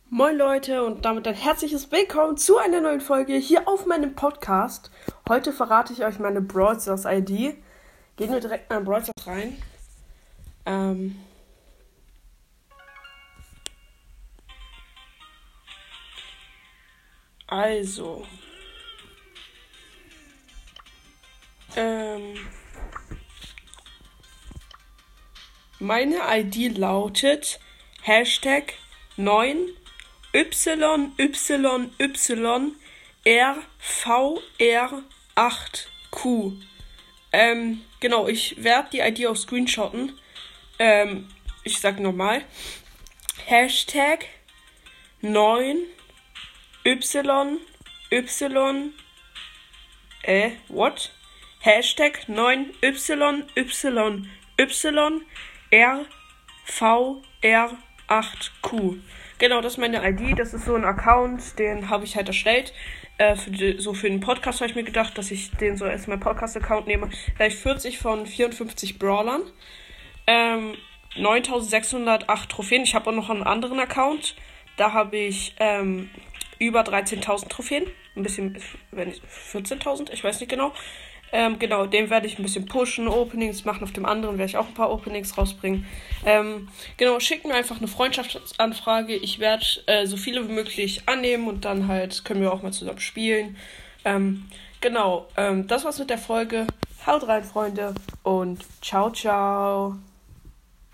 Moin Leute und damit ein herzliches Willkommen zu einer neuen Folge hier auf meinem Podcast. Heute verrate ich euch meine Brawl Stars ID. Gehen wir direkt mal in Brawl Stars rein. Meine ID lautet Hashtag 9YYYRVR8Q. Genau, ich werde die ID auch screenshotten. Ich sag nochmal. Hashtag 9YYY. What? Hashtag 9YYYRVR8Q. Genau, das ist meine ID. Das ist so ein Account, den habe ich halt erstellt. Für den Podcast habe ich mir gedacht, dass ich den so als mein Podcast-Account nehme. Vielleicht 40 von 54 Brawlern. 9608 Trophäen. Ich habe auch noch einen anderen Account. Da habe ich über 13.000 Trophäen. Ein bisschen, 14.000, ich weiß nicht genau. Genau, den werde ich ein bisschen pushen, Openings machen. Auf dem anderen werde ich auch ein paar Openings rausbringen. Genau, schickt mir einfach eine Freundschaftsanfrage. Ich werde so viele wie möglich annehmen und dann halt können wir auch mal zusammen spielen. Genau, das war's mit der Folge. Haut rein, Freunde, und ciao, ciao.